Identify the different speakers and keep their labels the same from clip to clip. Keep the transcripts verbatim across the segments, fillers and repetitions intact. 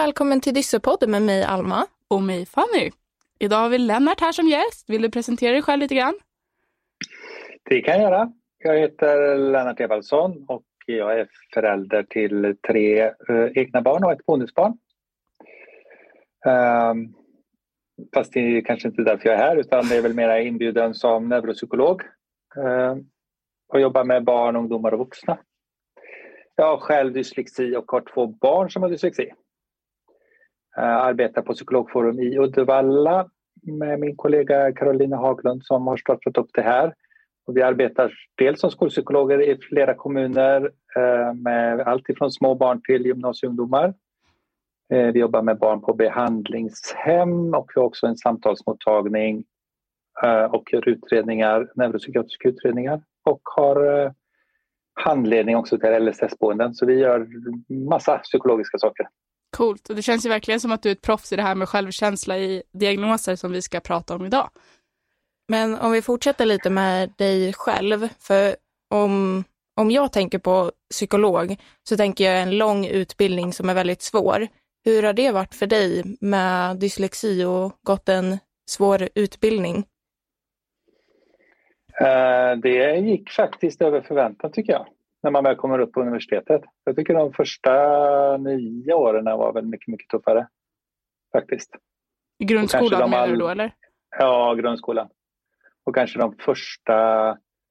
Speaker 1: välkommen till Dyssepodden med mig Alma.
Speaker 2: Och mig Fanny. Idag har vi Lennart här som gäst. Vill du presentera dig själv lite grann?
Speaker 3: Det kan jag göra. Jag heter Lennart Evaldsson och jag är förälder till tre eh, egna barn och ett bonusbarn. Um, fast det är kanske inte därför jag är här, utan det är väl mer inbjuden som neuropsykolog. Um, och jobbar med barn, ungdomar och vuxna. Jag har själv dyslexi och har två barn som har dyslexi. Uh, arbetar på Psykologforum i Uddevalla med min kollega Carolina Haglund som har startat upp det här. Och vi arbetar dels som skolpsykologer i flera kommuner uh, med allt ifrån små barn till gymnasieungdomar. Uh, vi jobbar med barn på behandlingshem och vi har också en samtalsmottagning uh, och gör utredningar, neuropsykiatriska utredningar. Och har uh, handledning också till L S S-boenden. Så vi gör massa psykologiska saker.
Speaker 2: Coolt. Och det känns ju verkligen som att du är ett proffs i det här med självkänsla i diagnoser som vi ska prata om idag.
Speaker 1: Men om vi fortsätter lite med dig själv. För om, om jag tänker på psykolog så tänker jag en lång utbildning som är väldigt svår. Hur har det varit för dig med dyslexi och gått en svår utbildning?
Speaker 3: Uh, det gick faktiskt över förväntan tycker jag. När man väl kommer upp på universitetet. Jag tycker de första nio åren var väl mycket, mycket tuffare. Faktiskt.
Speaker 2: I grundskolan menar all... du då eller?
Speaker 3: Ja, grundskolan. Och kanske de första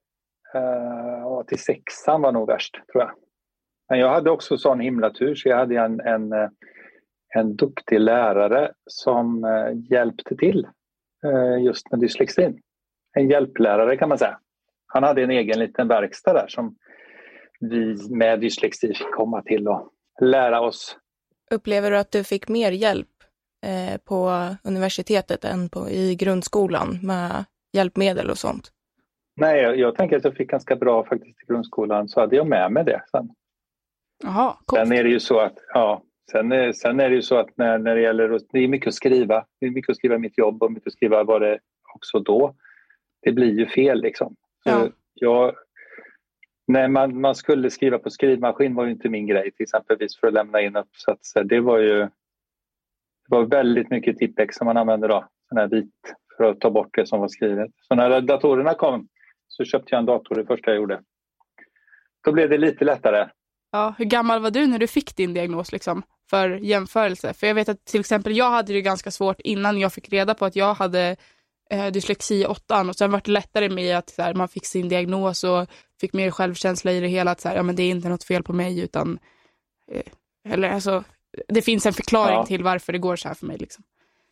Speaker 3: uh, till sexan var nog värst tror jag. Men jag hade också sån himla tur så jag hade en, en, en duktig lärare som uh, hjälpte till uh, just med dyslexin. En hjälplärare kan man säga. Han hade en egen liten verkstad där som vi med dyslexi fick komma till och lära oss.
Speaker 1: Upplever du att du fick mer hjälp eh, på universitetet än på, i grundskolan med hjälpmedel och sånt?
Speaker 3: Nej, jag, jag tänker att jag fick ganska bra faktiskt i grundskolan. Så hade jag med mig det sen.
Speaker 2: Jaha, coolt.
Speaker 3: Sen är det ju så att, ja, sen är, sen är det ju så att när, när det gäller, det är mycket att skriva. Det är mycket att skriva mitt jobb och mycket att skriva vad det också då. Det blir ju fel liksom.
Speaker 2: Ja.
Speaker 3: Jag, när man, man skulle skriva på skrivmaskin var ju inte min grej till exempel för att lämna in uppsatser. Det var ju det var väldigt mycket Tippex som man använde då. Sån här vit för att ta bort det som var skrivet. Så när datorerna kom så köpte jag en dator det första jag gjorde. Då blev det lite lättare.
Speaker 2: Ja, hur gammal var du när du fick din diagnos liksom, för jämförelse? För jag vet att till exempel jag hade det ganska svårt innan jag fick reda på att jag hade dyslexi åttan och sen var det lättare med att så här, man fick sin diagnos och fick mer självkänsla i det hela att så här, ja men det är inte något fel på mig utan eh, eller alltså det finns en förklaring ja. till varför det går så här för mig liksom.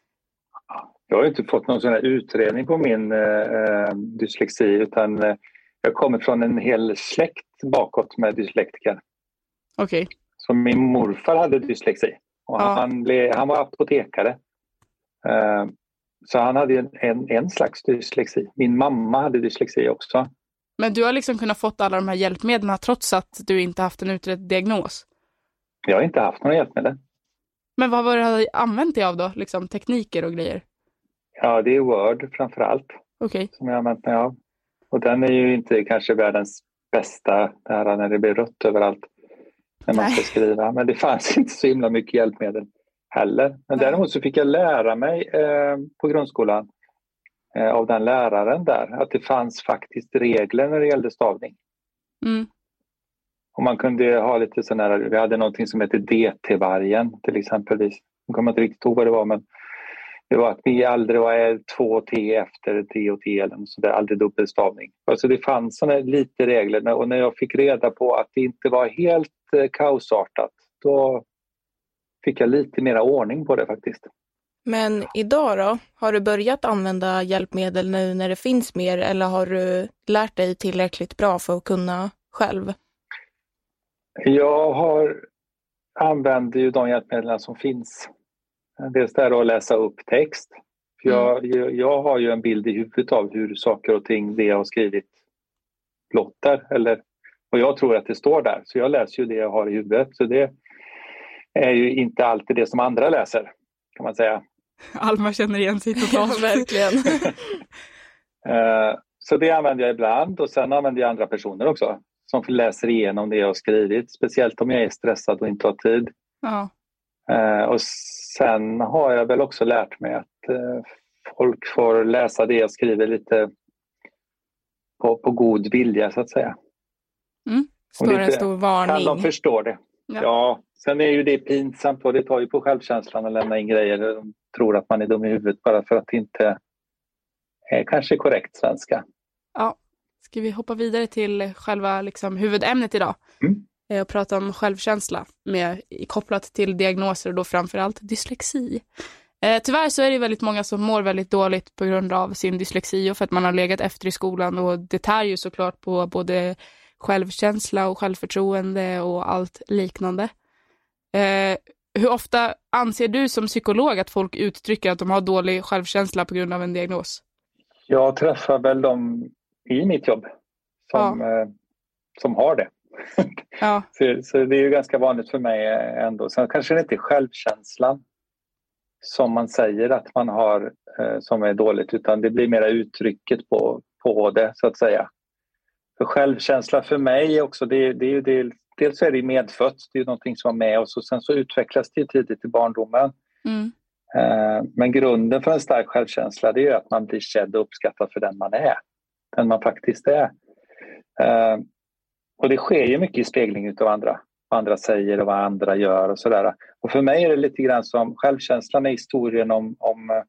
Speaker 3: Jag har inte fått någon sån här utredning på min eh, dyslexi utan eh, jag kommer från en hel släkt bakåt med dyslektiker.
Speaker 2: Okej. Okay.
Speaker 3: Så min morfar hade dyslexi och
Speaker 2: ja.
Speaker 3: han, blev, han var apotekare. Eh, Så han hade en, en, en slags dyslexi. Min mamma hade dyslexi också.
Speaker 2: Men du har liksom kunnat fått alla de här hjälpmedlen trots att du inte haft en utredd diagnos?
Speaker 3: Jag har inte haft några hjälpmedel.
Speaker 2: Men vad var det du hade använt dig av då? Liksom tekniker och grejer?
Speaker 3: Ja, det är Word framförallt.
Speaker 2: Okej. Okay.
Speaker 3: Som jag har använt mig av. Och den är ju inte kanske världens bästa. Det här när det blir rött överallt. När man Nej. ska skriva. Men det fanns inte så himla mycket hjälpmedel heller. Men däremot så fick jag lära mig eh, på grundskolan eh, av den läraren där att det fanns faktiskt regler när det gällde stavning.
Speaker 2: Mm.
Speaker 3: Och man kunde ha lite sån här, vi hade någonting som heter D T-vargen till exempelvis. Jag kommer inte riktigt ihåg vad det var men det var att vi aldrig var två T efter T och T eller så där, aldrig dubbelstavning. Alltså det fanns såna lite regler och när jag fick reda på att det inte var helt eh, kaosartat då fick jag lite mera ordning på det faktiskt.
Speaker 1: Men idag då? Har du börjat använda hjälpmedel nu när det finns mer eller har du lärt dig tillräckligt bra för att kunna själv?
Speaker 3: Jag har använt ju de hjälpmedel som finns. Dels där att läsa upp text. För jag, mm. jag, jag har ju en bild i huvudet av hur saker och ting det jag har skrivit låter. Eller, och jag tror att det står där. Så jag läser ju det jag har i huvudet. Så det är ju inte alltid det som andra läser, kan man säga.
Speaker 2: Alma känner igen sig totalt.
Speaker 1: Ja, verkligen.
Speaker 3: Så det använder jag ibland och sen använder jag andra personer också som läser igenom det jag har skrivit. Speciellt om jag är stressad och inte har tid.
Speaker 2: Ja.
Speaker 3: Eh, och sen har jag väl också lärt mig att eh, folk får läsa det jag skriver lite på, på god vilja så att säga.
Speaker 2: Mm.
Speaker 1: Står en stor varning.
Speaker 3: Kan de förstå det? Ja. ja. Sen är ju det pinsamt och det tar ju på självkänslan att lämna in grejer. De tror att man är dum i huvudet bara för att det inte är kanske korrekt svenska.
Speaker 2: Ja. Ska vi hoppa vidare till själva liksom, huvudämnet idag?
Speaker 3: Mm.
Speaker 2: Och prata om självkänsla med, kopplat till diagnoser och då framförallt dyslexi. Eh, tyvärr så är det väldigt många som mår väldigt dåligt på grund av sin dyslexi och för att man har legat efter i skolan och det tär ju såklart på både självkänsla och självförtroende och allt liknande. Eh, hur ofta anser du som psykolog att folk uttrycker att de har dålig självkänsla på grund av en diagnos?
Speaker 3: Jag träffar väl dem i mitt jobb som, ja. eh, som har det.
Speaker 2: Ja.
Speaker 3: så, så det är ju ganska vanligt för mig ändå. Sen kanske det inte är självkänslan som man säger att man har eh, som är dåligt utan det blir mera uttrycket på, på det så att säga. För självkänsla för mig också, det, det är ju det, dels är det medfött, det är ju någonting som är med oss och sen så utvecklas det tidigt i barndomen.
Speaker 2: Mm.
Speaker 3: Eh, men grunden för en stark självkänsla det är ju att man blir sedd och uppskattad för den man är. Den man faktiskt är. Eh, och det sker ju mycket i spegling utav andra. Vad andra säger och vad andra gör och sådär. Och för mig är det lite grann som självkänslan är historien om, om,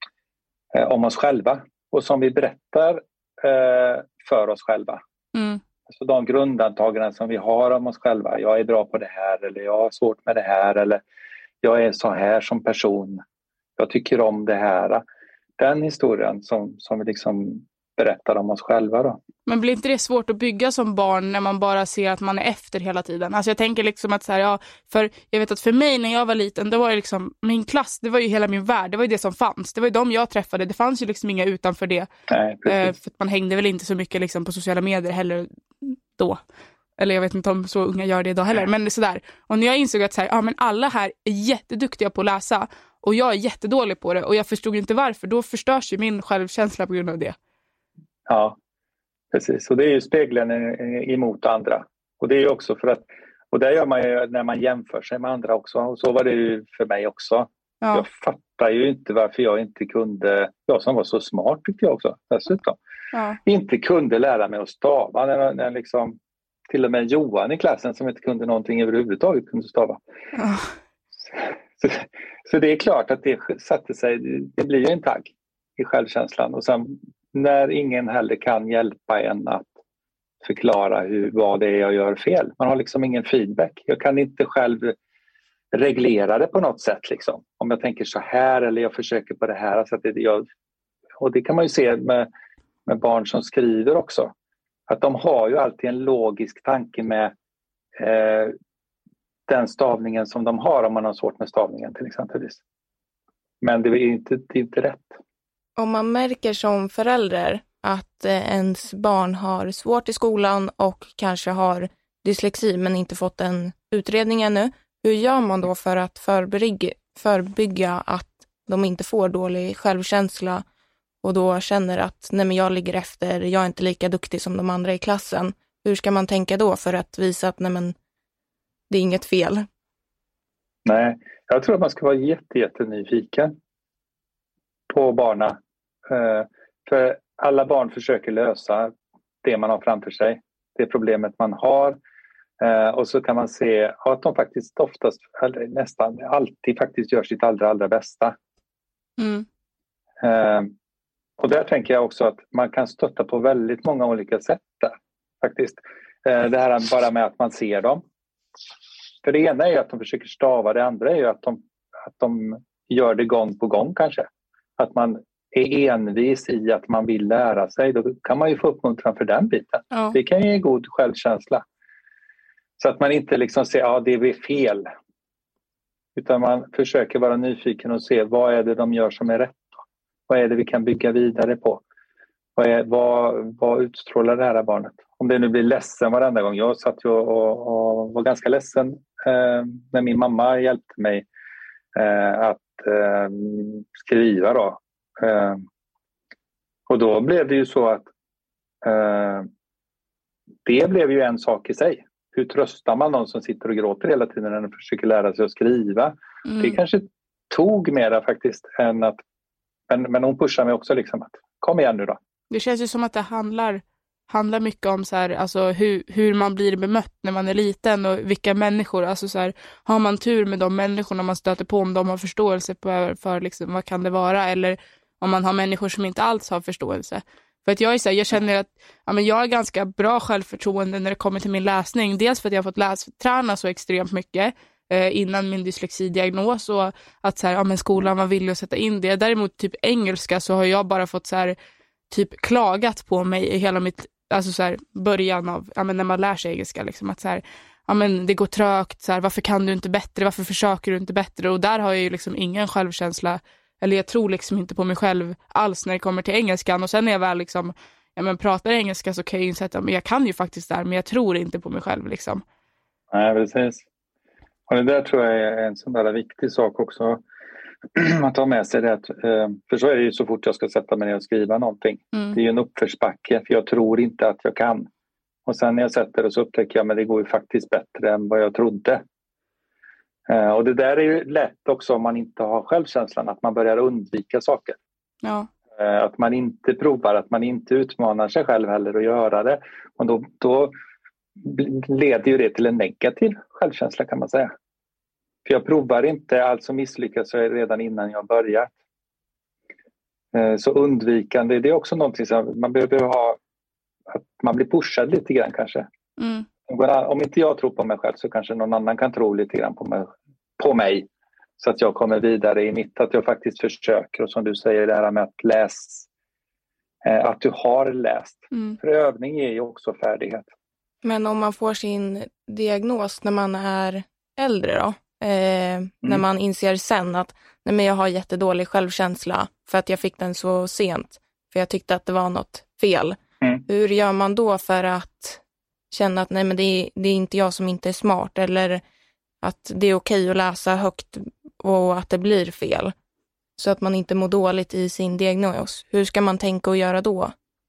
Speaker 3: eh, om oss själva. Och som vi berättar eh, för oss själva.
Speaker 2: Mm.
Speaker 3: Alltså de grundantagen som vi har om oss själva. Jag är bra på det här eller jag har svårt med det här. Eller jag är så här som person. Jag tycker om det här. Den historien som, som vi liksom berättar om oss själva då.
Speaker 2: Men blir inte det svårt att bygga som barn när man bara ser att man är efter hela tiden? Alltså jag tänker liksom att så här, ja, för jag vet att för mig när jag var liten, då var det liksom, min klass, det var ju hela min värld, det var ju det som fanns. Det var ju de jag träffade, det fanns ju liksom inga utanför det.
Speaker 3: Nej,
Speaker 2: eh, för att man hängde väl inte så mycket liksom på sociala medier heller då. Eller jag vet inte om så unga gör det idag heller, men sådär. Och när jag insåg att så här, ja, men alla här är jätteduktiga på att läsa och jag är jättedålig på det och jag förstod inte varför, då förstörs ju min självkänsla på grund av det.
Speaker 3: Ja, precis. Och det är ju spegeln emot andra. Och det är ju också för att, och det gör man ju när man jämför sig med andra också. Och så var det ju för mig också.
Speaker 2: Ja.
Speaker 3: Jag fattar ju inte varför jag inte kunde, jag som var så smart tyckte jag också dessutom,
Speaker 2: ja.
Speaker 3: inte kunde lära mig att stava. När, när liksom, till och med Johan i klassen som inte kunde någonting överhuvudtaget kunde stava.
Speaker 2: Ja.
Speaker 3: Så, så det är klart att det satte sig, det blir ju en tagg i självkänslan. Och sen när ingen heller kan hjälpa en att förklara hur, vad det är jag gör fel. Man har liksom ingen feedback. Jag kan inte själv reglera det på något sätt. Liksom. Om jag tänker så här eller jag försöker på det här. Så att det, jag, och det kan man ju se med, med barn som skriver också. Att de har ju alltid en logisk tanke med eh, den stavningen som de har om man har svårt med stavningen till exempel. Men det är inte, det är inte rätt.
Speaker 1: Om man märker som förälder att ens barn har svårt i skolan och kanske har dyslexi men inte fått en utredning ännu, hur gör man då för att förebygga, förebygga att de inte får dålig självkänsla och då känner att nej men jag ligger efter, jag är inte lika duktig som de andra i klassen. Hur ska man tänka då för att visa att nej men det är inget fel?
Speaker 3: Nej, jag tror att man ska vara jätte, jätte nyfiken på barnen. Uh, för alla barn försöker lösa det man har framför sig. Det problemet man har. Uh, och så kan man se att de faktiskt oftast, eller nästan alltid faktiskt gör sitt allra, allra bästa.
Speaker 2: Mm.
Speaker 3: Uh, och där tänker jag också att man kan stötta på väldigt många olika sätt där, faktiskt. Uh, det här bara med att man ser dem. För det ena är ju att de försöker stava, det andra är ju att de, att de gör det gång på gång kanske. Att man är envis i att man vill lära sig, då kan man ju få uppmuntran för den biten.
Speaker 2: Ja.
Speaker 3: Det kan ge god självkänsla. Så att man inte liksom säger ja det är fel. Utan man försöker vara nyfiken och se vad är det de gör som är rätt. Vad är det vi kan bygga vidare på? Vad, är, vad, vad utstrålar det här barnet? Om det nu blir ledsen varenda gång. Jag satt ju och, och, och var ganska ledsen eh, när min mamma hjälpte mig eh, att eh, skriva då. Uh, och då blev det ju så att uh, det blev ju en sak i sig. Hur tröstar man någon som sitter och gråter hela tiden när de försöker lära sig att skriva? Mm. Det kanske tog mera faktiskt än att, men, men hon pushar mig också liksom att kom igen nu då.
Speaker 2: Det känns ju som att det handlar, handlar mycket om så här, alltså hur, hur man blir bemött när man är liten och vilka människor, alltså så här, har man tur med de människorna man stöter på, om de har förståelse för, för liksom, vad kan det vara, eller om man har människor som inte alls har förståelse. För att jag är så här, jag känner att ja, men jag har ganska bra självförtroende när det kommer till min läsning, dels för att jag har fått lästräna så extremt mycket eh, innan min dyslexidiagnos, och att så här, ja, men skolan var villig att sätta in det. Däremot typ engelska så har jag bara fått så här typ klagat på mig i hela mitt, alltså så här, början av, ja men när man lär sig engelska liksom, att så här, ja men det går trögt, så här, varför kan du inte bättre, varför försöker du inte bättre, och där har jag ju liksom ingen självkänsla, eller jag tror liksom inte på mig själv alls när det kommer till engelskan, och sen när jag väl liksom, ja men pratar engelska så kan jag ju inse att ja, men jag kan ju faktiskt där, men jag tror inte på mig själv liksom.
Speaker 3: Nej, precis. Och det där tror jag är en sån där viktig sak också. Man tar med sig det. För så är det ju så fort jag ska sätta mig ner och skriva någonting. Mm. Det är ju en uppförsbacke, för jag tror inte att jag kan. Och sen när jag sätter det så upptäcker jag att det går ju faktiskt bättre än vad jag trodde. Och det där är ju lätt också om man inte har självkänslan, att man börjar undvika saker.
Speaker 2: Ja.
Speaker 3: Att man inte provar, att man inte utmanar sig själv heller att göra det. Och då, då leder ju det till en negativ självkänsla, kan man säga. För jag provar inte, alltså misslyckas jag redan innan jag börjar. Så undvikande, det är också någonting som man behöver ha, att man blir pushad lite grann kanske.
Speaker 2: Mm.
Speaker 3: Om inte jag tror på mig själv så kanske någon annan kan tro lite grann på mig, på mig. Så att jag kommer vidare i mitt, att jag faktiskt försöker. Och som du säger, det här med att läsa, att du har läst. Mm. För övning är ju också färdighet.
Speaker 1: Men om man får sin diagnos när man är äldre då? Eh, mm. När man inser sen att nej, men jag har jättedålig självkänsla för att jag fick den så sent. För jag tyckte att det var något fel. Mm. Hur gör man då för att känna att nej, men det är, det är inte jag som inte är smart, eller att det är okej att läsa högt och att det blir fel, så att man inte mår dåligt i sin diagnos? Hur ska man tänka och göra då?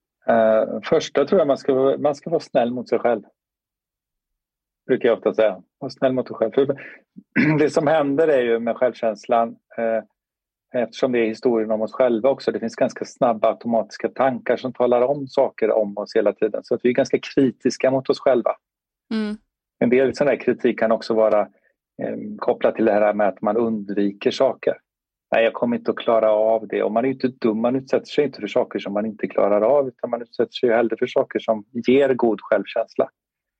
Speaker 3: Uh, första tror jag man ska, man ska vara snäll mot sig själv. Brukar jag ofta säga. Var snäll mot sig själv. För det som händer är ju med självkänslan, uh, eftersom det är historien om oss själva också, det finns ganska snabba automatiska tankar som talar om saker om oss hela tiden. Så att vi är ganska kritiska mot oss själva. Mm. En del sån där kritik kan också vara eh, kopplat till det här med att man undviker saker. Nej, jag kommer inte att klara av det. Och man är inte dum, man utsätter sig inte för saker som man inte klarar av, utan man utsätter sig hellre för saker som ger god självkänsla.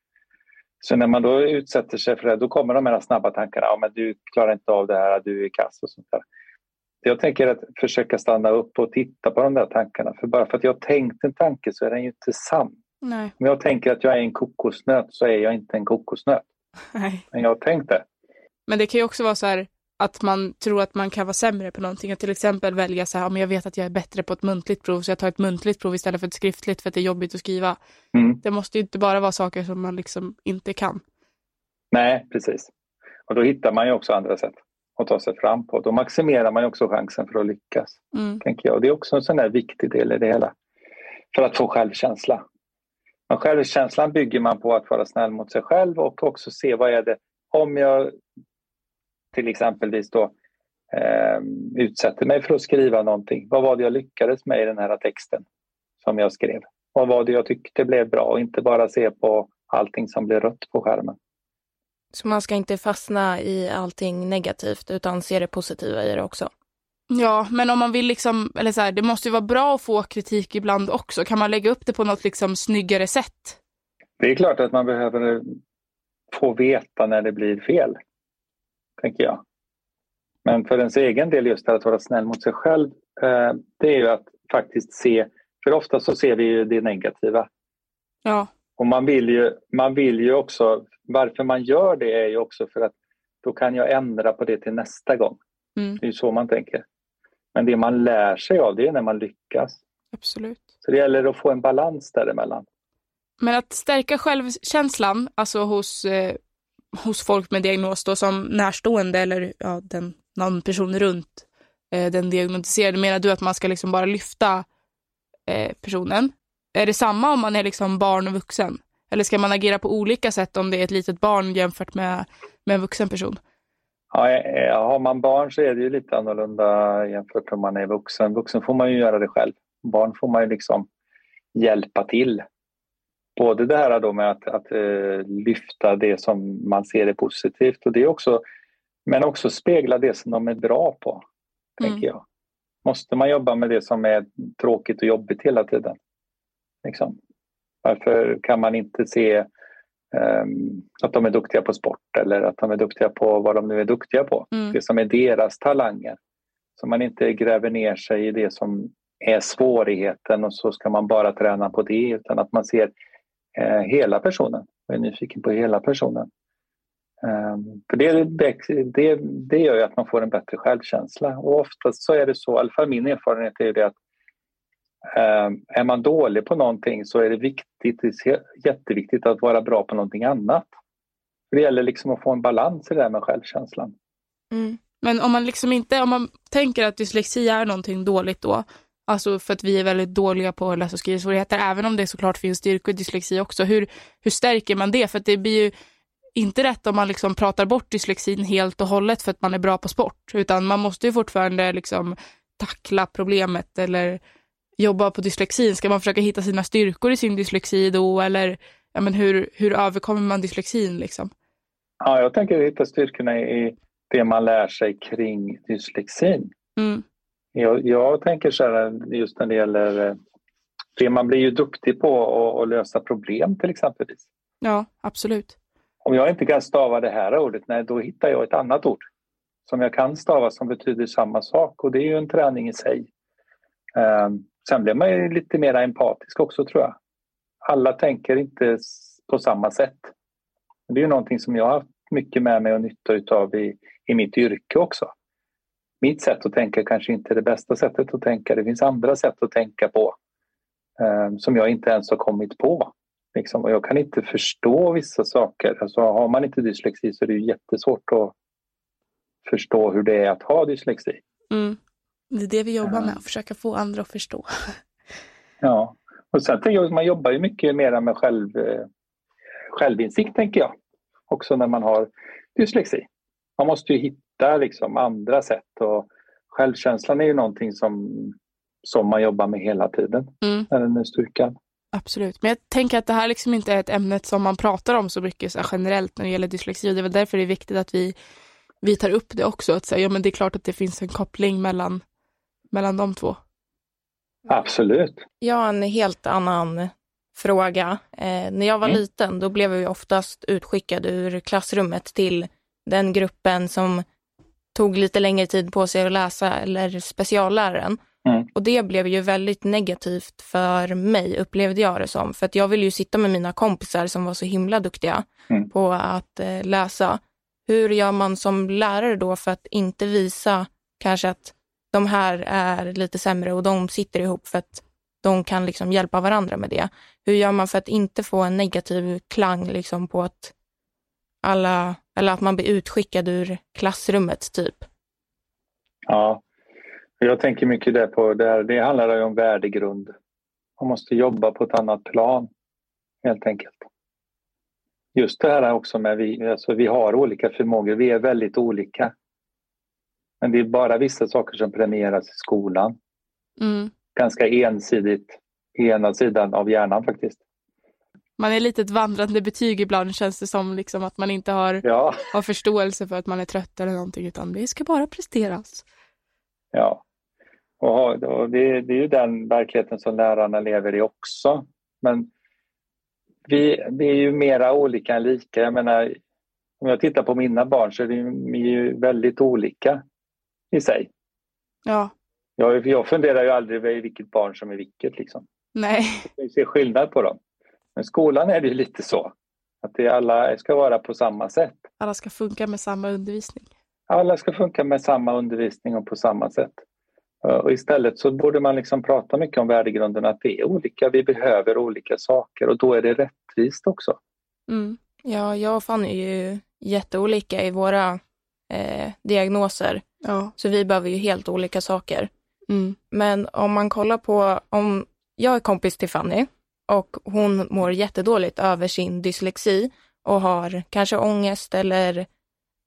Speaker 3: Så när man då utsätter sig för det, då kommer de här snabba tankarna. Ja, men du klarar inte av det här, du är kass och sånt där. Jag tänker att försöka stanna upp och titta på de där tankarna. För bara för att jag har tänkt en tanke så är den ju inte sann.
Speaker 2: Nej.
Speaker 3: Om jag tänker att jag är en kokosnöt så är jag inte en kokosnöt.
Speaker 2: Nej.
Speaker 3: Men jag har tänkt det.
Speaker 2: Men det kan ju också vara så här att man tror att man kan vara sämre på någonting. Att till exempel välja så här, om jag vet att jag är bättre på ett muntligt prov så jag tar ett muntligt prov istället för ett skriftligt för att det är jobbigt att skriva. Mm. Det måste ju inte bara vara saker som man liksom inte kan.
Speaker 3: Nej, precis. Och då hittar man ju också andra sätt att ta sig fram på. Då maximerar man ju också chansen för att lyckas. Mm. Tänker jag. Och det är också en sån där viktig del i det hela. För att få självkänsla. Men självkänslan bygger man på att vara snäll mot sig själv och också se vad är det, om jag till exempelvis då eh, utsätter mig för att skriva någonting. Vad var det jag lyckades med i den här texten som jag skrev? Vad var det jag tyckte blev bra och inte bara se på allting som blir rött på skärmen.
Speaker 1: Så man ska inte fastna i allting negativt utan se det positiva i det också?
Speaker 2: Ja, men om man vill liksom, eller så här, det måste ju vara bra att få kritik ibland också. Kan man lägga upp det på något liksom snyggare sätt?
Speaker 3: Det är klart att man behöver få veta när det blir fel, tänker jag. Men för ens egen del just att vara snäll mot sig själv, eh, det är ju att faktiskt se, för ofta så ser vi ju det negativa.
Speaker 2: Ja.
Speaker 3: Och man vill ju, man vill ju också, varför man gör det är ju också för att då kan jag ändra på det till nästa gång. Mm. Det är ju så man tänker. Men det man lär sig av det är när man lyckas.
Speaker 2: Absolut.
Speaker 3: Så det gäller att få en balans däremellan.
Speaker 2: Men att stärka självkänslan, alltså hos, eh, hos folk med diagnos då, som närstående eller ja, den, någon person runt eh, den diagnostiserade, menar du att man ska liksom bara lyfta eh, personen? Är det samma om man är liksom barn och vuxen? Eller ska man agera på olika sätt om det är ett litet barn jämfört med, med en vuxen person?
Speaker 3: Ja, har man barn så är det ju lite annorlunda jämfört med om man är vuxen. Vuxen får man ju göra det själv. Barn får man ju liksom hjälpa till. Både det här då med att, att uh, lyfta det som man ser är positivt och det också, men också spegla det som de är bra på, mm. tänker jag. Måste man jobba med det som är tråkigt och jobbigt hela tiden? Liksom. Varför kan man inte se um, att de är duktiga på sport eller att de är duktiga på vad de nu är duktiga på? Mm. Det som är deras talanger. Så man inte gräver ner sig i det som är svårigheten och så ska man bara träna på det, utan att man ser eh, hela personen och är nyfiken på hela personen. Um, för det, det, det gör ju att man får en bättre självkänsla, och oftast så är det så, i alla fall min erfarenhet är det att um, är man dålig på någonting så är det viktigt, det är jätteviktigt att vara bra på någonting annat. För det gäller liksom att få en balans i det där med självkänslan.
Speaker 2: Mm. Men om man liksom inte, om man tänker att dyslexi är någonting dåligt då, alltså för att vi är väldigt dåliga på läs- och skrivsvårigheter, även om det såklart finns styrkor i dyslexi också, hur, hur stärker man det? För att det blir ju inte rätt om man liksom pratar bort dyslexin helt och hållet för att man är bra på sport, utan man måste ju fortfarande liksom tackla problemet eller jobba på dyslexin. Ska man försöka hitta sina styrkor i sin dyslexi då, eller ja, men hur, hur överkommer man dyslexin liksom?
Speaker 3: Ja, jag tänker hitta styrkorna i det man lär sig kring dyslexin. Mm. Jag, jag tänker så här, just när det gäller det, man blir ju duktig på att, att lösa problem till exempelvis.
Speaker 2: Ja, absolut.
Speaker 3: Om jag inte kan stava det här ordet, nej, då hittar jag ett annat ord som jag kan stava som betyder samma sak, och det är ju en träning i sig. Um, sen blir man ju lite mer empatisk också, tror jag. Alla tänker inte på samma sätt. Det är ju någonting som jag har haft mycket med mig och nytta utav i, i mitt yrke också. Mitt sätt att tänka kanske inte är det bästa sättet att tänka. Det finns andra sätt att tänka på um, som jag inte ens har kommit på. Liksom. Och jag kan inte förstå vissa saker. Alltså, har man inte dyslexi så är det ju jättesvårt att förstå hur det är att ha dyslexi.
Speaker 2: Mm. Det är det vi jobbar med, att försöka få andra att förstå.
Speaker 3: Ja, och sen tänker jag att man jobbar ju mycket mer med själv, självinsikt, tänker jag. Också när man har dyslexi. Man måste ju hitta liksom andra sätt, och självkänslan är ju någonting som, som man jobbar med hela tiden. Mm. När den är styrkan.
Speaker 2: Absolut, men jag tänker att det här liksom inte är ett ämne som man pratar om så mycket så generellt när det gäller dyslexi, och det är väl därför det är viktigt att vi, vi tar upp det också, att säga, ja, men det är klart att det finns en koppling mellan, mellan de två.
Speaker 3: Absolut.
Speaker 1: Jag har en helt annan fråga. Eh, när jag var mm. liten, då blev jag oftast utskickad ur klassrummet till den gruppen som tog lite längre tid på sig att läsa, eller specialläraren. Mm. Och det blev ju väldigt negativt för mig, upplevde jag det som. För att jag ville ju sitta med mina kompisar som var så himla duktiga mm. på att eh, läsa. Hur gör man som lärare då för att inte visa kanske att de här är lite sämre och de sitter ihop för att de kan liksom hjälpa varandra med det? Hur gör man för att inte få en negativ klang liksom på att alla, eller att man blir utskickad ur klassrummet typ?
Speaker 3: Ja. Jag tänker mycket där på det här. Det handlar ju om värdegrund. Man måste jobba på ett annat plan, helt enkelt. Just det här också med vi, alltså vi har olika förmågor. Vi är väldigt olika. Men det är bara vissa saker som premieras i skolan. Mm. Ganska ensidigt, ena sidan av hjärnan faktiskt.
Speaker 2: Man är lite ett vandrande betyg ibland, känns det som liksom att man inte har, ja. har förståelse för att man är trött eller någonting, utan det ska bara presteras.
Speaker 3: Ja. Och det, det är ju den verkligheten som lärarna lever i också. Men vi, vi är ju mera olika än lika. Jag menar, om jag tittar på mina barn så är de ju väldigt olika i sig.
Speaker 2: Ja.
Speaker 3: Jag, jag funderar ju aldrig över vilket barn som är vilket. Liksom.
Speaker 2: Nej.
Speaker 3: Vi ser skillnad på dem. Men skolan är det ju lite så. Att det alla ska vara på samma sätt.
Speaker 2: Alla ska funka med samma undervisning.
Speaker 3: Alla ska funka med samma undervisning och på samma sätt. Och istället så borde man liksom prata mycket om värdegrunden, att det är olika, vi behöver olika saker, och då är det rättvist också.
Speaker 1: Mm. Ja, jag och Fanny är ju jätteolika i våra eh, diagnoser. Ja. Så vi behöver ju helt olika saker. Mm. Men om man kollar på, om jag är kompis till Fanny och hon mår jättedåligt över sin dyslexi och har kanske ångest eller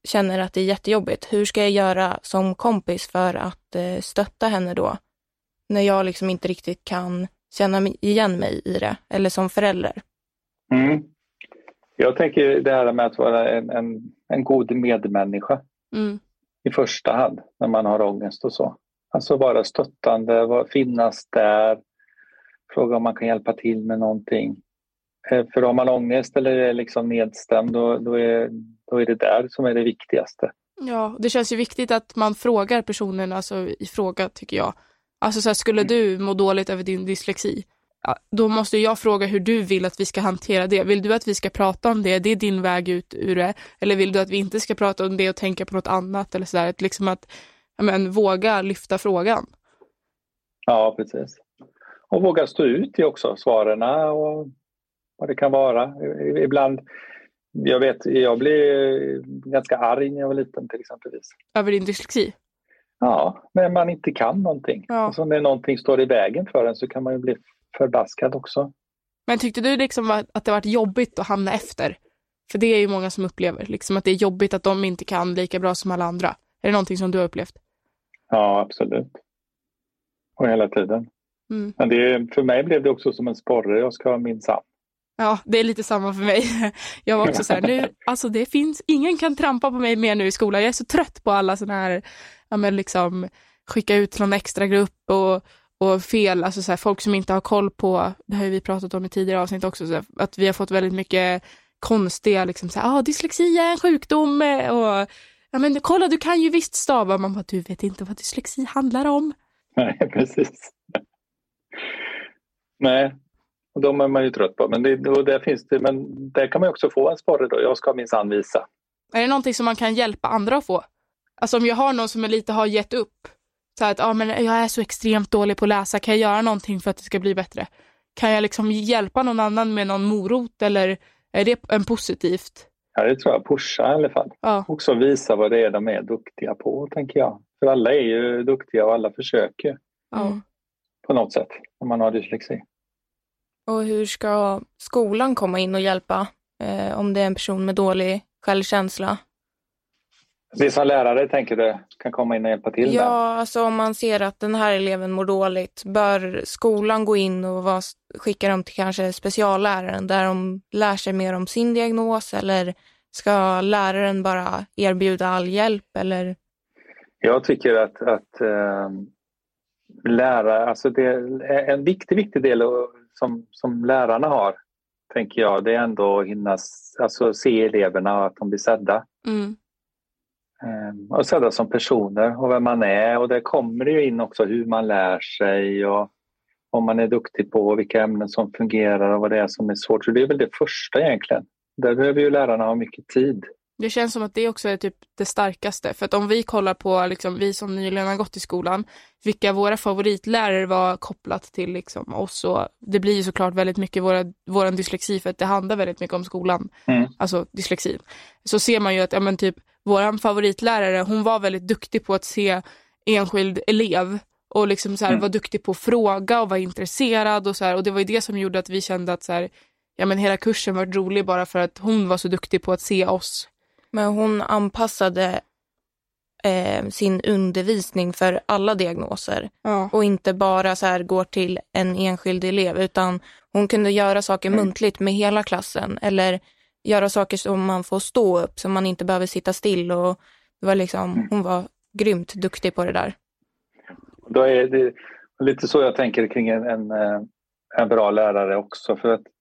Speaker 1: känner att det är jättejobbigt. Hur ska jag göra som kompis för att eh, stötta henne då? När jag liksom inte riktigt kan känna igen mig i det. Eller som förälder.
Speaker 3: Mm. Jag tänker det här med att vara en, en, en god medmänniska.
Speaker 2: Mm.
Speaker 3: I första hand när man har ångest och så. Alltså vara stöttande, vara, finnas där. Fråga om man kan hjälpa till med någonting. För om man har ångest eller är liksom nedstämd då, då, är, då är det där som är det viktigaste.
Speaker 2: Ja, det känns ju viktigt att man frågar personen alltså, i fråga tycker jag. Alltså så här, skulle du må dåligt över din dyslexi? Ja, då måste jag fråga hur du vill att vi ska hantera det. Vill du att vi ska prata om det? Det är din väg ut ur det. Eller vill du att vi inte ska prata om det och tänka på något annat? Eller så där. Att liksom att ja, men, våga lyfta frågan.
Speaker 3: Ja, precis. Och våga stå ut i också svaren och vad det kan vara. Ibland, jag vet, jag blev ganska arg när jag var liten till exempelvis.
Speaker 2: Över din dyslexi?
Speaker 3: Ja, när man inte kan någonting.
Speaker 2: Ja.
Speaker 3: Alltså när någonting står i vägen för en så kan man ju bli förbaskad också.
Speaker 2: Men tyckte du liksom att det varit jobbigt att hamna efter? För det är ju många som upplever liksom att det är jobbigt att de inte kan lika bra som alla andra. Är det någonting som du har upplevt?
Speaker 3: Ja, absolut. Och hela tiden.
Speaker 2: Mm.
Speaker 3: Men det, för mig blev det också som en sporre. Jag ska ha minsann.
Speaker 2: Ja, det är lite samma för mig. Jag var också så här, nu, alltså det finns, ingen kan trampa på mig mer nu i skolan. Jag är så trött på alla såna här, ja men liksom skicka ut från extra grupp och, och fel, alltså så här, folk som inte har koll på, det har ju vi pratat om i tidigare avsnitt också, så här, att vi har fått väldigt mycket konstiga, liksom så här, ah, dyslexi är en sjukdom och ja men kolla, du kan ju visst stava. Man bara, du vet inte vad dyslexi handlar om.
Speaker 3: Nej, precis. Nej. Och de är man ju trött på. Men, det, och där finns det, men där kan man ju också få en sporre då. Jag ska minsann visa.
Speaker 2: Är det någonting som man kan hjälpa andra att få? Alltså om jag har någon som är lite har gett upp. Så att ah, men jag är så extremt dålig på att läsa. Kan jag göra någonting för att det ska bli bättre? Kan jag liksom hjälpa någon annan med någon morot? Eller är det en positivt?
Speaker 3: Ja, det tror jag. Pusha i alla fall.
Speaker 2: Ja.
Speaker 3: Också visa vad det är de är duktiga på, tänker jag. För alla är ju duktiga och alla försöker.
Speaker 2: Ja.
Speaker 3: På något sätt. Om man har dyslexi.
Speaker 1: Och hur ska skolan komma in och hjälpa eh, om det är en person med dålig självkänsla?
Speaker 3: Det som lärare tänker du kan komma in och hjälpa till
Speaker 1: Ja,
Speaker 3: där?
Speaker 1: alltså om man ser att den här eleven mår dåligt, bör skolan gå in och vad, skicka dem till kanske specialläraren där de lär sig mer om sin diagnos, eller ska läraren bara erbjuda all hjälp? Eller?
Speaker 3: Jag tycker att, att äh, lära, alltså det är en viktig, viktig del som, som lärarna har, tänker jag, det är ändå att hinna alltså, se eleverna och att de blir sedda.
Speaker 2: Mm.
Speaker 3: Och sedda som personer och vem man är, och där kommer det ju in också hur man lär sig och om man är duktig på vilka ämnen som fungerar och vad det är som är svårt. Så det är väl det första egentligen. Där behöver ju lärarna ha mycket tid. Det
Speaker 2: känns som att det också är typ det starkaste. För att om vi kollar på, liksom, vi som nyligen har gått i skolan, vilka våra favoritlärare var kopplat till liksom, oss. Och det blir ju såklart väldigt mycket våra, våran dyslexi, för att det handlar väldigt mycket om skolan. Mm. Alltså dyslexi. Så ser man ju att ja, men typ, våran favoritlärare, hon var väldigt duktig på att se enskild elev. Och liksom så här, mm. var duktig på att fråga och var intresserad. Och, så här, och det var ju det som gjorde att vi kände att så här, ja, men hela kursen var rolig bara för att hon var så duktig på att se oss.
Speaker 1: Men hon anpassade eh, sin undervisning för alla diagnoser. Ja. Och inte bara så här går till en enskild elev, utan hon kunde göra saker mm. muntligt med hela klassen. Eller göra saker som man får stå upp, så man inte behöver sitta still. Och det var liksom, mm. hon var grymt duktig på det där.
Speaker 3: Då är det lite så jag tänker kring en, en, en bra lärare också. För att,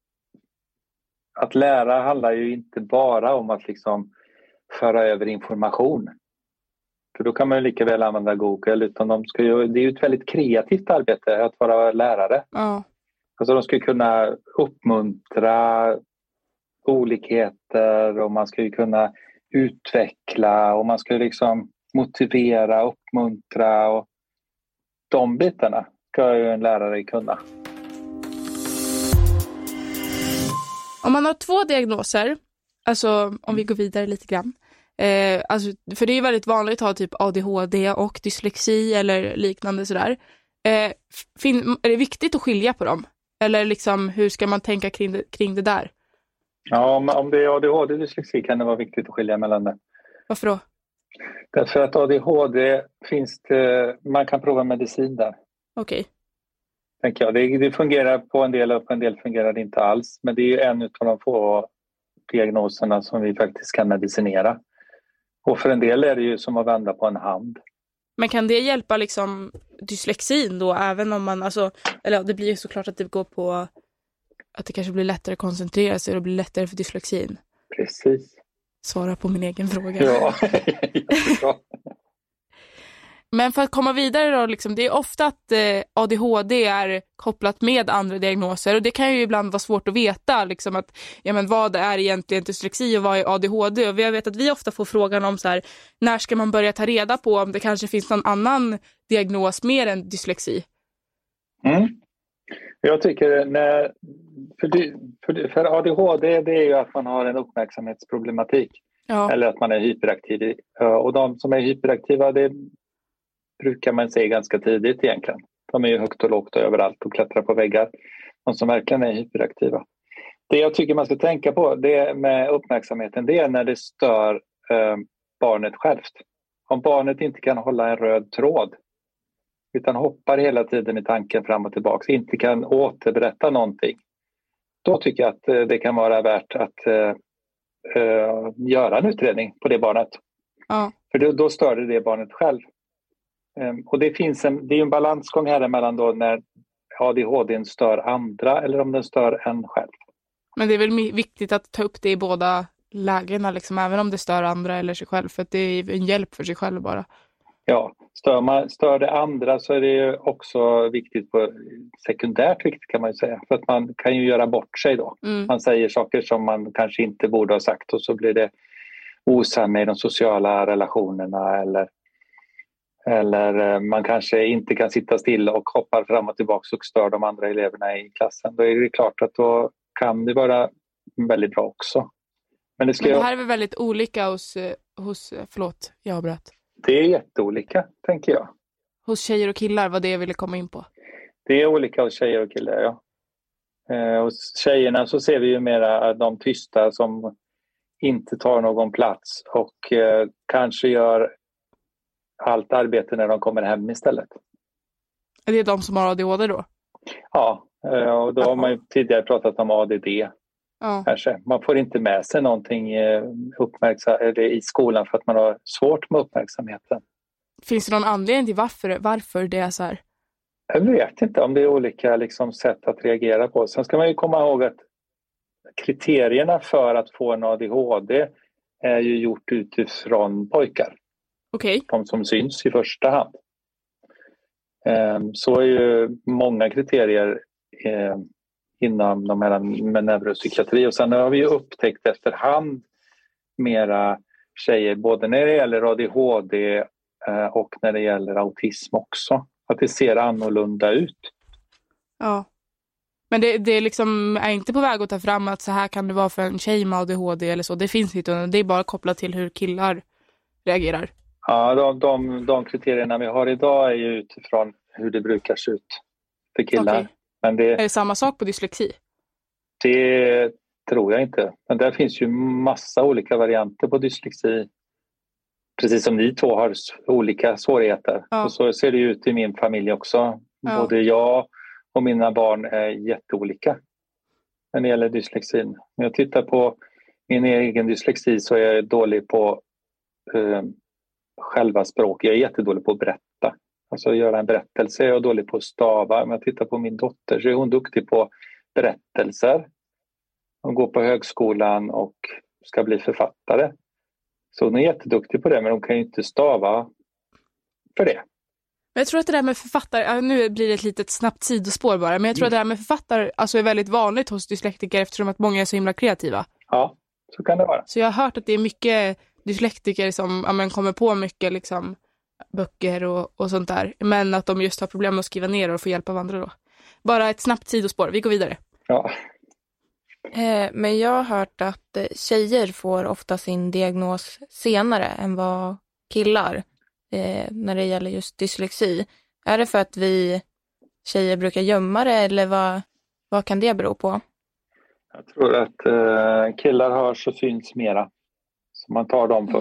Speaker 3: att lära handlar ju inte bara om att liksom föra över information. För då kan man ju lika väl använda Google. Utan de ska ju, det är ju ett väldigt kreativt arbete att vara lärare.
Speaker 2: Ja.
Speaker 3: Alltså de ska kunna uppmuntra olikheter och man ska ju kunna utveckla och man ska liksom motivera, uppmuntra, och de bitarna ska ju en lärare kunna.
Speaker 2: Om man har två diagnoser, alltså om vi går vidare lite grann, eh, alltså, för det är väldigt vanligt att ha typ A D H D och dyslexi eller liknande sådär. Eh, fin- är det viktigt att skilja på dem? Eller liksom, hur ska man tänka kring det, kring det där?
Speaker 3: Ja, om, om det är A D H D och dyslexi kan det vara viktigt att skilja mellan det.
Speaker 2: Varför då?
Speaker 3: Därför att A D H D finns det, man kan prova medicin där.
Speaker 2: Okej. Okay.
Speaker 3: Tänker jag. Det, det fungerar på en del och på en del fungerar det inte alls. Men det är ju en av de få diagnoserna som vi faktiskt kan medicinera. Och för en del är det ju som att vända på en hand.
Speaker 2: Men kan det hjälpa liksom dyslexin då, även om man, alltså, eller det blir ju såklart att det går på att det kanske blir lättare att koncentrera sig och det blir lättare för dyslexin.
Speaker 3: Precis.
Speaker 2: Svara på min egen fråga.
Speaker 3: Ja, jättebra.
Speaker 2: Men för att komma vidare då, liksom, det är ofta att eh, A D H D är kopplat med andra diagnoser och det kan ju ibland vara svårt att veta liksom, att, ja, men vad är egentligen dyslexi och vad är A D H D, och jag vet att vi ofta får frågan om så här, när ska man börja ta reda på om det kanske finns någon annan diagnos mer än dyslexi?
Speaker 3: Mm. Jag tycker när, för, för, för A D H D det är ju att man har en uppmärksamhetsproblematik,
Speaker 2: ja.
Speaker 3: Eller att man är hyperaktiv, och de som är hyperaktiva det brukar man se ganska tidigt egentligen. De är ju högt och lågt och överallt och klättrar på väggar. De som verkligen är hyperaktiva. Det jag tycker man ska tänka på det med uppmärksamheten, det är när det stör eh, barnet självt. Om barnet inte kan hålla en röd tråd utan hoppar hela tiden i tanken fram och tillbaka, inte kan återberätta någonting. Då tycker jag att eh, det kan vara värt att eh, eh, göra en utredning på det barnet.
Speaker 2: Ja.
Speaker 3: För då, då stör det, det barnet själv. Um, och det finns en, det är en balansgång här emellan då när A D H D stör andra eller om den stör en själv.
Speaker 2: Men det är väl viktigt att ta upp det i båda lägena, liksom, även om det stör andra eller sig själv, för att det är en hjälp för sig själv bara.
Speaker 3: Ja, stör, man, stör det andra så är det ju också viktigt, på sekundärt viktigt kan man ju säga, för att man kan ju göra bort sig då.
Speaker 2: Mm.
Speaker 3: Man säger saker som man kanske inte borde ha sagt och så blir det osamma i de sociala relationerna, eller Eller man kanske inte kan sitta still och hoppar fram och tillbaka och stör de andra eleverna i klassen. Då är det klart att då kan det vara väldigt bra också. Men det, ska
Speaker 2: Men det
Speaker 3: jag...
Speaker 2: här är väl väldigt olika hos, hos förlåt, jag har bröt.
Speaker 3: Det är jätteolika, tänker jag.
Speaker 2: Hos tjejer och killar, vad det jag ville komma in på.
Speaker 3: Det är olika hos tjejer och killar, ja. Eh, hos tjejerna så ser vi ju mera de tysta som inte tar någon plats och eh, kanske gör allt arbete när de kommer hem istället.
Speaker 2: Är det de som har A D H D då?
Speaker 3: Ja, och då har man ju tidigare pratat om A D D.
Speaker 2: Ja.
Speaker 3: Kanske. Man får inte med sig någonting uppmärksam- eller i skolan för att man har svårt med uppmärksamheten.
Speaker 2: Finns det någon anledning till varför, varför det är så här?
Speaker 3: Jag vet inte om det är olika liksom, sätt att reagera på. Sen ska man ju komma ihåg att kriterierna för att få en A D H D är ju gjort utifrån pojkar.
Speaker 2: Okay.
Speaker 3: De som syns i första hand. Så är ju många kriterier inom de här med neuropsykiatri. Och sen har vi ju upptäckt efterhand mera tjejer både när det gäller A D H D och när det gäller autism också. Att det ser annorlunda ut.
Speaker 2: Ja. Men det, det är liksom är inte på väg att ta fram att så här kan det vara för en tjej med A D H D eller så. Det finns inte. Det är bara kopplat till hur killar reagerar.
Speaker 3: Ja, de, de, de kriterierna vi har idag är ju utifrån hur det brukar se ut för killar.
Speaker 2: Okay.
Speaker 3: Men det,
Speaker 2: är det samma sak på dyslexi?
Speaker 3: Det tror jag inte. Men där finns ju massa olika varianter på dyslexi. Precis som ni två har olika svårigheter. Ja. Och så ser det ut i min familj också. Ja. Både jag och mina barn är jätteolika när det gäller dyslexin. När jag tittar på min egen dyslexi så är jag dålig på eh, själva språk. Jag är jättedålig på att berätta. Alltså göra en berättelse. Jag är dålig på att stava. Om jag tittar på min dotter så är hon duktig på berättelser. Hon går på högskolan och ska bli författare. Så hon är jätteduktig på det, men hon kan ju inte stava för det.
Speaker 2: Men jag tror att det där med författare, nu blir det ett litet snabbt sidospår bara, men jag tror mm. att det där med författare alltså är väldigt vanligt hos dyslektiker eftersom att många är så himla kreativa.
Speaker 3: Ja, så kan det vara.
Speaker 2: Så jag har hört att det är mycket dyslektiker som ja, men kommer på mycket liksom, böcker och, och sånt där, men att de just har problem med att skriva ner och få hjälp av andra då. Bara ett snabbt sidospår, vi går vidare.
Speaker 3: Ja.
Speaker 1: Eh, men jag har hört att eh, tjejer får ofta sin diagnos senare än vad killar eh, när det gäller just dyslexi. Är det för att vi tjejer brukar gömma det eller vad, vad kan det bero på?
Speaker 3: Jag tror att eh, killar hörs och syns mera. Så man tar dem mm. först.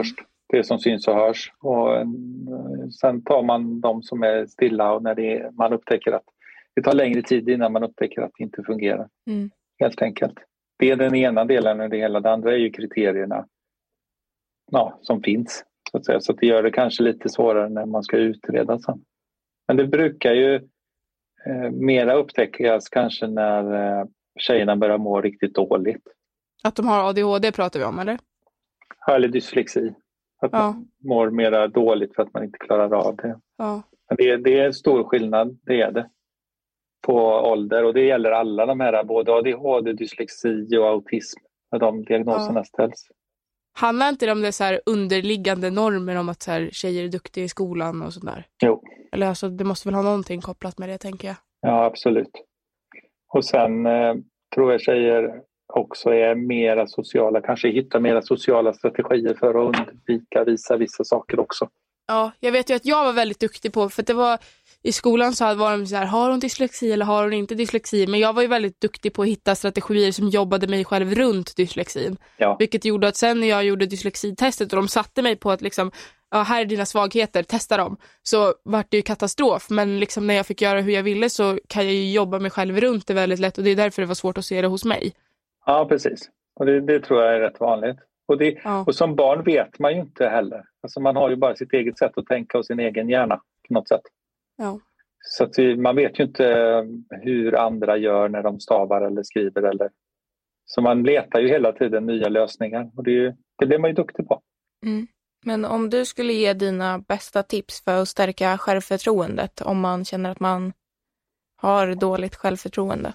Speaker 3: det som syns och hörs. Och sen tar man de som är stilla och när det är, man upptäcker att det tar längre tid innan man upptäcker att det inte fungerar.
Speaker 1: Mm.
Speaker 3: Helt enkelt. Det är den ena delen och det hela. Det andra är ju kriterierna ja, som finns. Så att säga. Så att det gör det kanske lite svårare när man ska utreda sen. Men det brukar ju eh, mera upptäckas kanske när eh, tjejerna börjar må riktigt dåligt.
Speaker 2: Att de har A D H D pratar vi om, eller?
Speaker 3: Eller dyslexi. Att
Speaker 2: ja.
Speaker 3: man mår mera dåligt för att man inte klarar av det.
Speaker 2: Ja.
Speaker 3: Men det, det är en stor skillnad, det är det. På ålder och det gäller alla de här, både A D H D, dyslexi och autism. När de diagnoserna ja. ställs.
Speaker 2: Handlar inte det om det så här underliggande normer om att så här, tjejer är duktiga i skolan och sådär?
Speaker 3: Jo.
Speaker 2: Eller alltså, det måste väl ha någonting kopplat med det, tänker jag.
Speaker 3: Ja, absolut. Och sen eh, tror jag tjejer också är mera sociala, kanske hittar mera sociala strategier för att undvika visa vissa saker också.
Speaker 2: Ja, jag vet ju att jag var väldigt duktig på, för det var i skolan så var de så här, har hon dyslexi eller har hon inte dyslexi? Men jag var ju väldigt duktig på att hitta strategier som jobbade mig själv runt dyslexin.
Speaker 3: Ja.
Speaker 2: Vilket gjorde att sen när jag gjorde dyslexitestet och de satte mig på att liksom, ja, här är dina svagheter, testa dem. Så var det ju katastrof. Men liksom när jag fick göra hur jag ville så kan jag ju jobba mig själv runt det väldigt lätt. Och det är därför det var svårt att se det hos mig.
Speaker 3: Ja, precis. Och det, det tror jag är rätt vanligt. Och, det, ja. och som barn vet man ju inte heller. Alltså man har ju bara sitt eget sätt att tänka och sin egen hjärna på något sätt.
Speaker 2: Ja.
Speaker 3: Så att vi, man vet ju inte hur andra gör när de stavar eller skriver. Eller. Så man letar ju hela tiden nya lösningar. Och det, det blir man ju duktig på.
Speaker 1: Mm. Men om du skulle ge dina bästa tips för att stärka självförtroendet om man känner att man har dåligt självförtroende?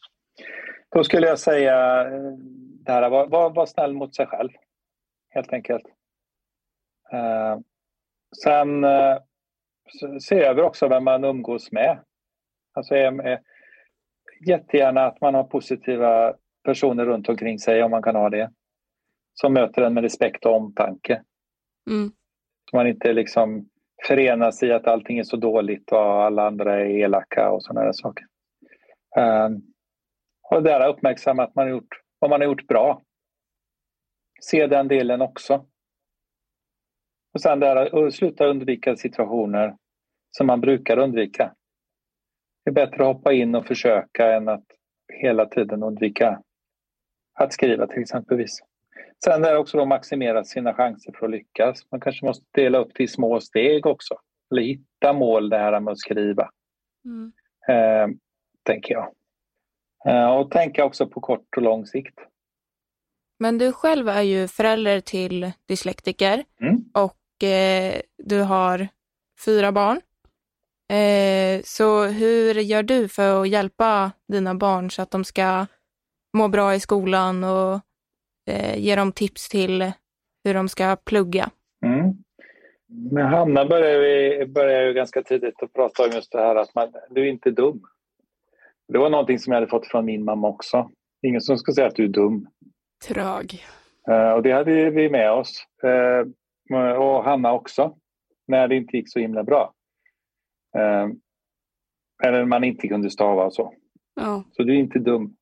Speaker 3: Då skulle jag säga det här, var, var, var snäll mot sig själv. Helt enkelt. Uh, sen uh, se över också vem man umgås med. Alltså är, är, jättegärna att man har positiva personer runt omkring sig om man kan ha det. Som möter en med respekt och omtanke.
Speaker 2: Mm.
Speaker 3: Så man inte liksom förenas i att allting är så dåligt och alla andra är elaka och sådana där saker. Uh, och där uppmärksamma att man har gjort, vad man har gjort bra. Se den delen också. Och sen där, och sluta undvika situationer som man brukar undvika. Det är bättre att hoppa in och försöka än att hela tiden undvika att skriva till exempelvis. Sen är det också att maximera sina chanser för att lyckas. Man kanske måste dela upp till små steg också. Eller hitta mål det här med att skriva.
Speaker 2: Mm.
Speaker 3: Eh, tänker jag. Eh, och tänka också på kort och lång sikt.
Speaker 1: Men du själv är ju förälder till dyslektiker.
Speaker 3: Mm.
Speaker 1: Och eh, du har fyra barn. Eh, så hur gör du för att hjälpa dina barn så att de ska må bra i skolan och eh, ge dem tips till hur de ska plugga?
Speaker 3: Mm. Med Hanna började vi började ju ganska tidigt att prata om just det här att man, du är inte dum. Det var någonting som jag hade fått från min mamma också. Ingen som ska säga att du är dum.
Speaker 2: Trög.
Speaker 3: Uh, och det hade vi med oss. Uh, och Hanna också. När det inte gick så himla bra. Uh, eller man inte kunde stava och så.
Speaker 2: Ja.
Speaker 3: Så du är inte dum.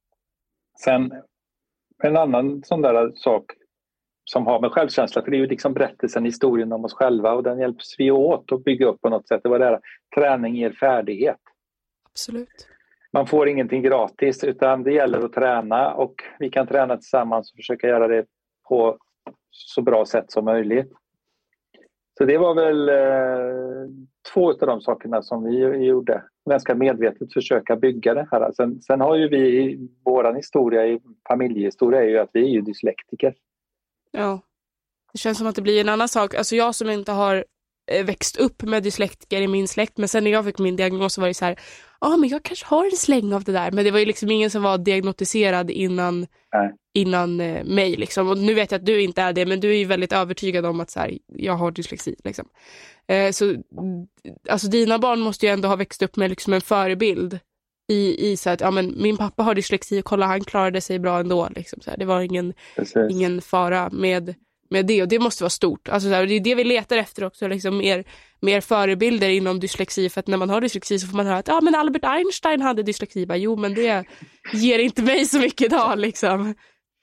Speaker 3: Sen en annan sån där sak som har med självkänsla. För det är ju liksom berättelsen, historien om oss själva. Och den hjälps vi åt att bygga upp på något sätt. Det var det här, träning ger färdighet.
Speaker 2: Absolut.
Speaker 3: Man får ingenting gratis utan det gäller att träna och vi kan träna tillsammans och försöka göra det på så bra sätt som möjligt. Så det var väl eh, två av de sakerna som vi gjorde. Ganska medvetet försöka bygga det här. Sen, sen har ju vi, vår historia, i familjehistoria är ju att vi är ju dyslektiker.
Speaker 2: Ja, det känns som att det blir en annan sak. Alltså jag som inte har växt upp med dyslektiker i min släkt, men sen när jag fick min diagnos så var det så här, ja ah, men jag kanske har en släng av det där, men det var ju liksom ingen som var diagnostiserad innan, innan eh, mig liksom. Och nu vet jag att du inte är det, men du är ju väldigt övertygad om att så här, jag har dyslexi liksom. Eh, så alltså dina barn måste ju ändå ha växt upp med liksom en förebild i, i så att ja, men min pappa har dyslexi och kolla, han klarade sig bra ändå liksom, så här. Det var ingen, ingen fara med med det, och det måste vara stort. Alltså, det är det vi letar efter också, liksom mer, mer förebilder inom dyslexi, för att när man har dyslexi så får man höra att ja, men Albert Einstein hade dyslexi. Bara, jo, men det ger inte mig så mycket idag liksom.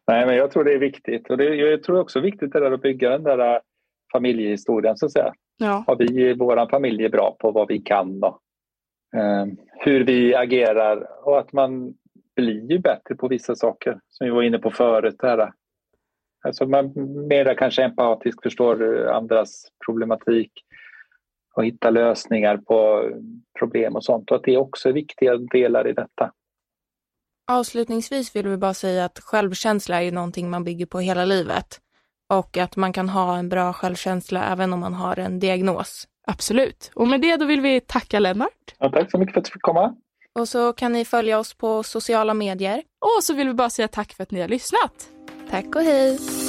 Speaker 3: Nej, men jag tror det är viktigt. Och det, jag tror också viktigt det där att bygga den där familjehistorien, så att säga.
Speaker 2: Ja.
Speaker 3: Har vi i vår familj är bra på vad vi kan och eh, hur vi agerar. Och att man blir ju bättre på vissa saker, som vi var inne på förut. Här. Alltså man mer kanske empatiskt förstår andras problematik och hitta lösningar på problem och sånt. Och att det också är viktiga delar i detta.
Speaker 1: Avslutningsvis vill vi bara säga att självkänsla är ju någonting man bygger på hela livet. Och att man kan ha en bra självkänsla även om man har en diagnos.
Speaker 2: Absolut. Och med det då vill vi tacka Lennart.
Speaker 3: Ja, tack så mycket för att du fick komma.
Speaker 1: Och så kan ni följa oss på sociala medier.
Speaker 2: Och så vill vi bara säga tack för att ni har lyssnat.
Speaker 1: Tack och hej!